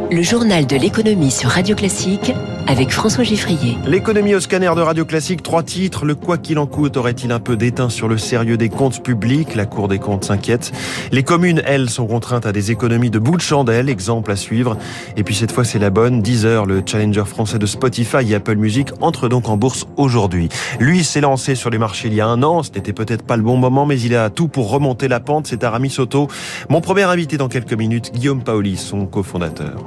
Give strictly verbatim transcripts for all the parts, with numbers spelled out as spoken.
Le journal de l'économie sur Radio Classique avec François Giffrier. L'économie au scanner de Radio Classique, trois titres. Le quoi qu'il en coûte aurait-il un peu déteint sur le sérieux des comptes publics? La Cour des comptes s'inquiète. Les communes, elles, sont contraintes à des économies de bout de chandelle, exemple à suivre. Et puis cette fois, c'est la bonne. Deezer, le challenger français de Spotify et Apple Music, entre donc en bourse aujourd'hui. Lui s'est lancé sur les marchés il y a un an. Ce n'était peut-être pas le bon moment, mais il a tout pour remonter la pente. C'est Aramis Soto. Mon premier invité dans quelques minutes, Guillaume Paoli, son cofondateur.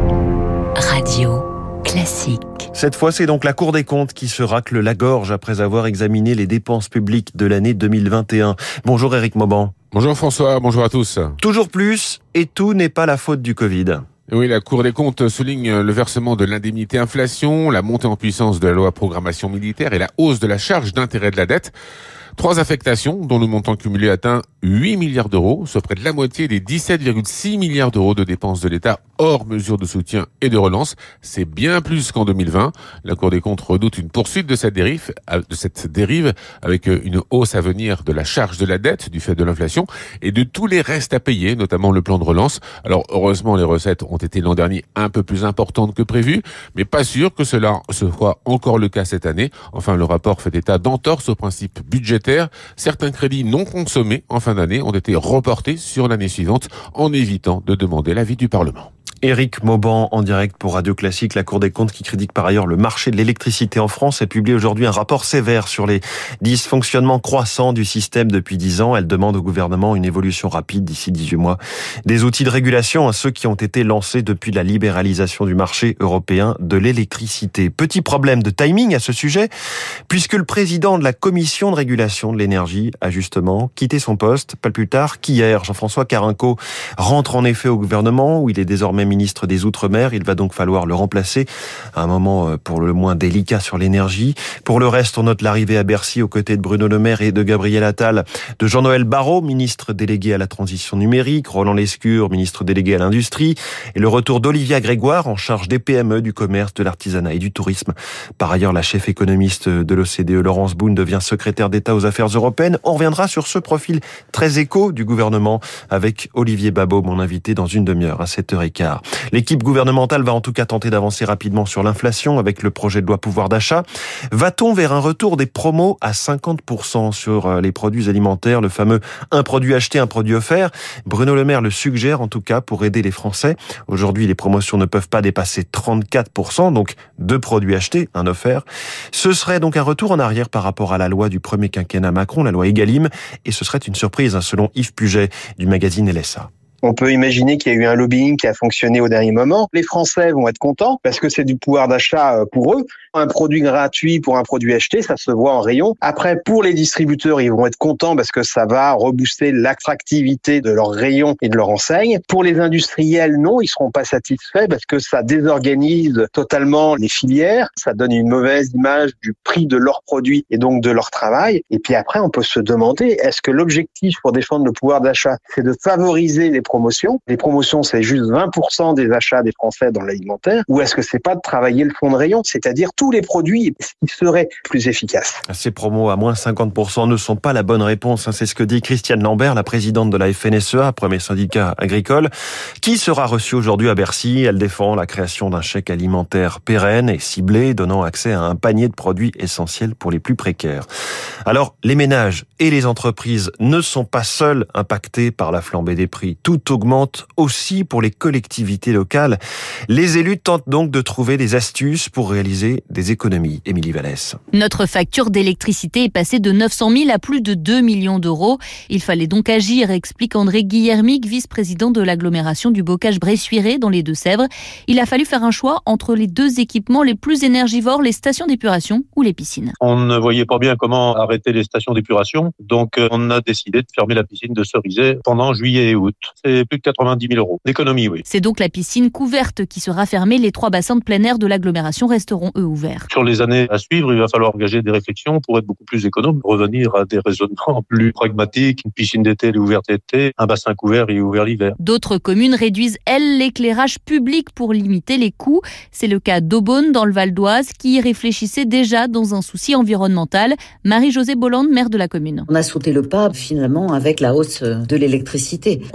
Radio Classique. Cette fois, c'est donc la Cour des comptes qui se racle la gorge après avoir examiné les dépenses publiques de l'année deux mille vingt et un. Bonjour Éric Mauban. Bonjour François, bonjour à tous. Toujours plus, et tout n'est pas la faute du Covid. Oui, la Cour des comptes souligne le versement de l'indemnité inflation, la montée en puissance de la loi programmation militaire et la hausse de la charge d'intérêt de la dette. Trois affectations dont le montant cumulé atteint huit milliards d'euros, soit près de la moitié des dix-sept virgule six milliards d'euros de dépenses de l'État hors mesures de soutien et de relance. C'est bien plus qu'en deux mille vingt. La Cour des comptes redoute une poursuite de cette dérive, de cette dérive avec une hausse à venir de la charge de la dette du fait de l'inflation et de tous les restes à payer, notamment le plan de relance. Alors heureusement, les recettes ont été l'an dernier un peu plus importantes que prévu, mais pas sûr que cela soit encore le cas cette année. Enfin, le rapport fait état d'entorses au principe budgétaire. Certains crédits non consommés en fin d'année ont été reportés sur l'année suivante en évitant de demander l'avis du Parlement. Éric Mauban en direct pour Radio Classique. La Cour des comptes qui critique par ailleurs le marché de l'électricité en France a publié aujourd'hui un rapport sévère sur les dysfonctionnements croissants du système depuis dix ans. Elle demande au gouvernement une évolution rapide d'ici dix-huit mois des outils de régulation à ceux qui ont été lancés depuis la libéralisation du marché européen de l'électricité. Petit problème de timing à ce sujet, puisque le président de la commission de régulation de l'énergie a justement quitté son poste, pas plus tard qu'hier. Jean-François Carenco rentre en effet au gouvernement où il est désormais ministre des Outre-mer. Il va donc falloir le remplacer à un moment pour le moins délicat sur l'énergie. Pour le reste, on note l'arrivée à Bercy aux côtés de Bruno Le Maire et de Gabriel Attal de Jean-Noël Barrot, ministre délégué à la transition numérique, Roland Lescure, ministre délégué à l'industrie, et le retour d'Olivia Grégoire en charge des P M E, du commerce, de l'artisanat et du tourisme. Par ailleurs, la chef économiste de l'O C D E, Laurence Boone, devient secrétaire d'État aux affaires européennes. On reviendra sur ce profil très éco du gouvernement avec Olivier Babot, mon invité, dans une demi-heure à sept heures quinze. L'équipe gouvernementale va en tout cas tenter d'avancer rapidement sur l'inflation avec le projet de loi pouvoir d'achat. Va-t-on vers un retour des promos à cinquante pour cent sur les produits alimentaires, le fameux un produit acheté, un produit offert? Bruno Le Maire le suggère en tout cas pour aider les Français. Aujourd'hui, les promotions ne peuvent pas dépasser trente-quatre pour cent, donc deux produits achetés, un offert. Ce serait donc un retour en arrière par rapport à la loi du premier quinquennat Macron, la loi Egalim, et ce serait une surprise selon Yves Puget du magazine L S A. On peut imaginer qu'il y a eu un lobbying qui a fonctionné au dernier moment. Les Français vont être contents parce que c'est du pouvoir d'achat pour eux. Un produit gratuit pour un produit acheté, ça se voit en rayon. Après, pour les distributeurs, ils vont être contents parce que ça va rebooster l'attractivité de leur rayon et de leur enseigne. Pour les industriels, non, ils seront pas satisfaits parce que ça désorganise totalement les filières. Ça donne une mauvaise image du prix de leurs produits et donc de leur travail. Et puis après, on peut se demander, est-ce que l'objectif pour défendre le pouvoir d'achat, c'est de favoriser les promotions? Les promotions, c'est juste vingt pour cent des achats des Français dans l'alimentaire. Ou est-ce que c'est pas de travailler le fond de rayon, c'est-à-dire tous les produits qui seraient plus efficaces? Ces promos à moins cinquante pour cent ne sont pas la bonne réponse. C'est ce que dit Christiane Lambert, la présidente de la F N S E A, premier syndicat agricole, qui sera reçue aujourd'hui à Bercy. Elle défend la création d'un chèque alimentaire pérenne et ciblé, donnant accès à un panier de produits essentiels pour les plus précaires. Alors, les ménages et les entreprises ne sont pas seuls impactés par la flambée des prix. Tout augmente aussi pour les collectivités locales. Les élus tentent donc de trouver des astuces pour réaliser des économies. Émilie Vallès. Notre facture d'électricité est passée de neuf cent mille à plus de deux millions d'euros. Il fallait donc agir, explique André Guillermic, vice-président de l'agglomération du Bocage-Bressuire dans les Deux-Sèvres. Il a fallu faire un choix entre les deux équipements les plus énergivores, les stations d'épuration ou les piscines. On ne voyait pas bien comment arrêter les stations d'épuration, donc on a décidé de fermer la piscine de Cerizay pendant juillet et août. C'est plus de quatre-vingt-dix mille euros d'économie, oui. C'est donc la piscine couverte qui sera fermée. Les trois bassins de plein air de l'agglomération resteront eux ouverts. Sur les années à suivre, il va falloir engager des réflexions pour être beaucoup plus économe, revenir à des raisonnements plus pragmatiques. Une piscine d'été, elle est ouverte l'été, un bassin couvert, il est ouvert l'hiver. D'autres communes réduisent, elles, l'éclairage public pour limiter les coûts. C'est le cas d'Aubonne, dans le Val d'Oise, qui y réfléchissait déjà dans un souci environnemental. Marie-Josée Bolland, maire de la commune. On a sauté le pas, finalement, avec la hausse de l'électricité. On va éteindre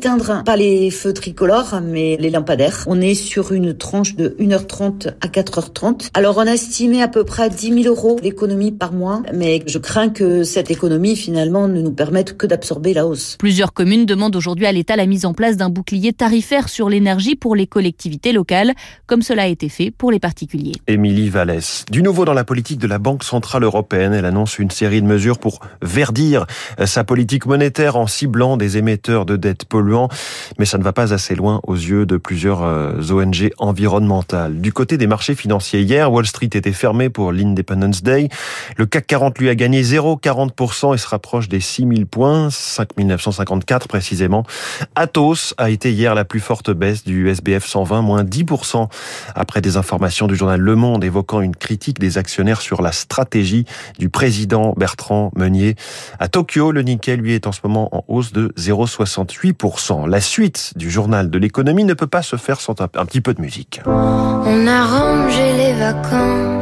éteindre pas les feux tricolores, mais les lampadaires. On est sur une tranche de une heure trente à quatre heures trente. Alors on a estimé à peu près dix mille euros d'économie par mois, mais je crains que cette économie finalement ne nous permette que d'absorber la hausse. Plusieurs communes demandent aujourd'hui à l'État la mise en place d'un bouclier tarifaire sur l'énergie pour les collectivités locales, comme cela a été fait pour les particuliers. Émilie Vallès. Du nouveau dans la politique de la Banque Centrale Européenne, elle annonce une série de mesures pour verdir sa politique monétaire en ciblant des émetteurs de dettes polluants, mais ça ne va pas assez loin aux yeux de plusieurs O N G environnementales. Du côté des marchés financiers, hier, Wall Street était fermé pour l'Independence Day. Le C A C quarante lui a gagné zéro virgule quarante pour cent et se rapproche des six mille points, cinq mille neuf cent cinquante-quatre précisément. Atos a été hier la plus forte baisse du S B F cent vingt, moins dix pour cent, après des informations du journal Le Monde évoquant une critique des actionnaires sur la stratégie du président Bertrand Meunier. À Tokyo, le Nikkei, lui, est en ce moment en hausse de zéro virgule soixante-huit pour cent. La suite du journal de l'économie ne peut pas se faire sans un, un petit peu de musique. On a rangé les vacances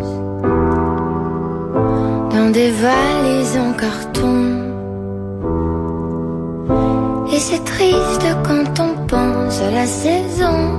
dans des valises en carton. Et c'est triste quand on pense à la saison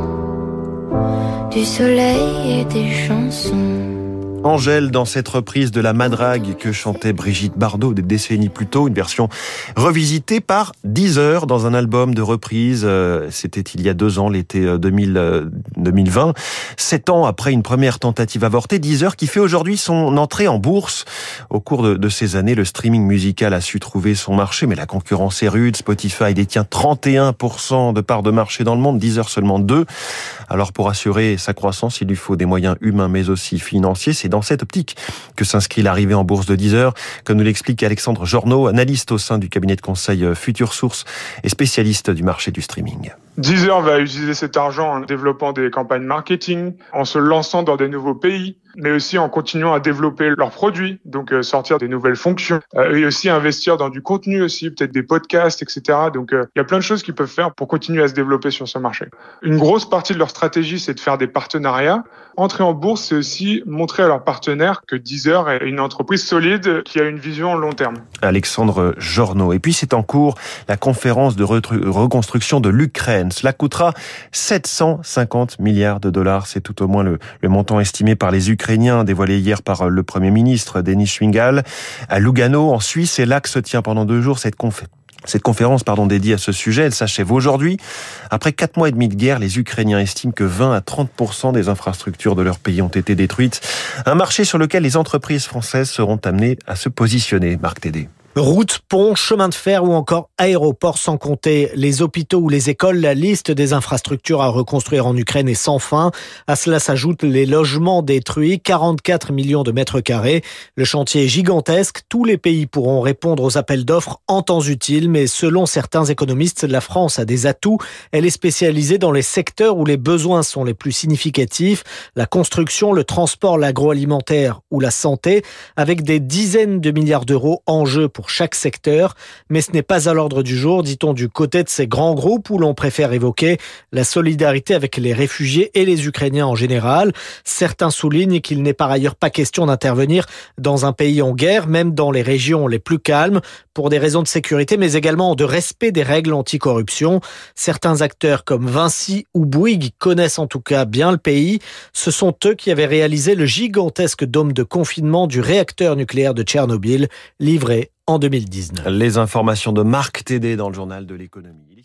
du soleil et des chansons. Angèle dans cette reprise de la Madrague que chantait Brigitte Bardot des décennies plus tôt, une version revisitée par Deezer dans un album de reprise. C'était il y a deux ans, l'été deux mille vingt. Sept ans après une première tentative avortée, Deezer qui fait aujourd'hui son entrée en bourse. Au cours de, de ces années, le streaming musical a su trouver son marché, mais la concurrence est rude. Spotify détient trente et un pour cent de part de marché dans le monde, Deezer seulement deux. Alors pour assurer sa croissance, il lui faut des moyens humains mais aussi financiers. C'est dans cette optique que s'inscrit l'arrivée en bourse de Deezer, comme nous l'explique Alexandre Jornaud, analyste au sein du cabinet de conseil Future Source et spécialiste du marché du streaming. Deezer va utiliser cet argent en développant des campagnes marketing, en se lançant dans des nouveaux pays, mais aussi en continuant à développer leurs produits, donc euh, sortir des nouvelles fonctions, euh, et aussi investir dans du contenu aussi, peut-être des podcasts, et cetera. Donc il euh, y a plein de choses qu'ils peuvent faire pour continuer à se développer sur ce marché. Une grosse partie de leur stratégie, c'est de faire des partenariats. Entrer en bourse, c'est aussi montrer à leurs partenaires que Deezer est une entreprise solide qui a une vision long terme. Alexandre Jornaud. Et puis c'est en cours la conférence de reconstruction de l'Ukraine. Cela coûtera sept cent cinquante milliards de dollars. C'est tout au moins le, le montant estimé par les Ukrainiens, dévoilé hier par le Premier ministre Denis Shmyhal à Lugano, en Suisse. Et là que se tient pendant deux jours cette conférence. Cette conférence, pardon, dédiée à ce sujet, elle s'achève aujourd'hui. Après quatre mois et demi de guerre, les Ukrainiens estiment que vingt à trente pour cent des infrastructures de leur pays ont été détruites. Un marché sur lequel les entreprises françaises seront amenées à se positionner. Marc Tédé. Routes, ponts, chemins de fer ou encore aéroports, sans compter les hôpitaux ou les écoles. La liste des infrastructures à reconstruire en Ukraine est sans fin. À cela s'ajoutent les logements détruits, quarante-quatre millions de mètres carrés. Le chantier est gigantesque. Tous les pays pourront répondre aux appels d'offres en temps utile, mais selon certains économistes, la France a des atouts. Elle est spécialisée dans les secteurs où les besoins sont les plus significatifs, la construction, le transport, l'agroalimentaire ou la santé, avec des dizaines de milliards d'euros en jeu pour chaque secteur, mais ce n'est pas à l'ordre du jour, dit-on, du côté de ces grands groupes où l'on préfère évoquer la solidarité avec les réfugiés et les Ukrainiens en général. Certains soulignent qu'il n'est par ailleurs pas question d'intervenir dans un pays en guerre, même dans les régions les plus calmes, pour des raisons de sécurité, mais également de respect des règles anticorruption. Certains acteurs comme Vinci ou Bouygues connaissent en tout cas bien le pays. Ce sont eux qui avaient réalisé le gigantesque dôme de confinement du réacteur nucléaire de Tchernobyl, livré en deux mille dix-neuf. Les informations de Marc Tédé dans le journal de l'économie.